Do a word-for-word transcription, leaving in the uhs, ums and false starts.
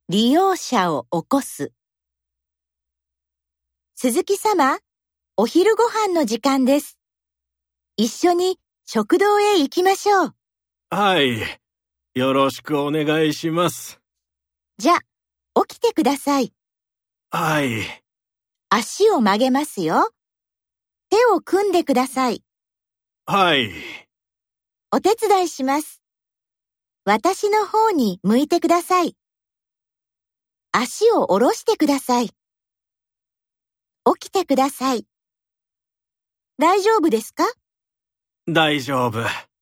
利用者を起こす。鈴木様、お昼ご飯の時間です。一緒に食堂へ行きましょう。 はい。よろしくお願いします。 じゃ、起きてください。 はい。 足を曲げますよ。手を組んでください。 はい。 お手伝いします。私の方に向いてください。足を下ろしてください。起きてください。大丈夫ですか？ 大丈夫。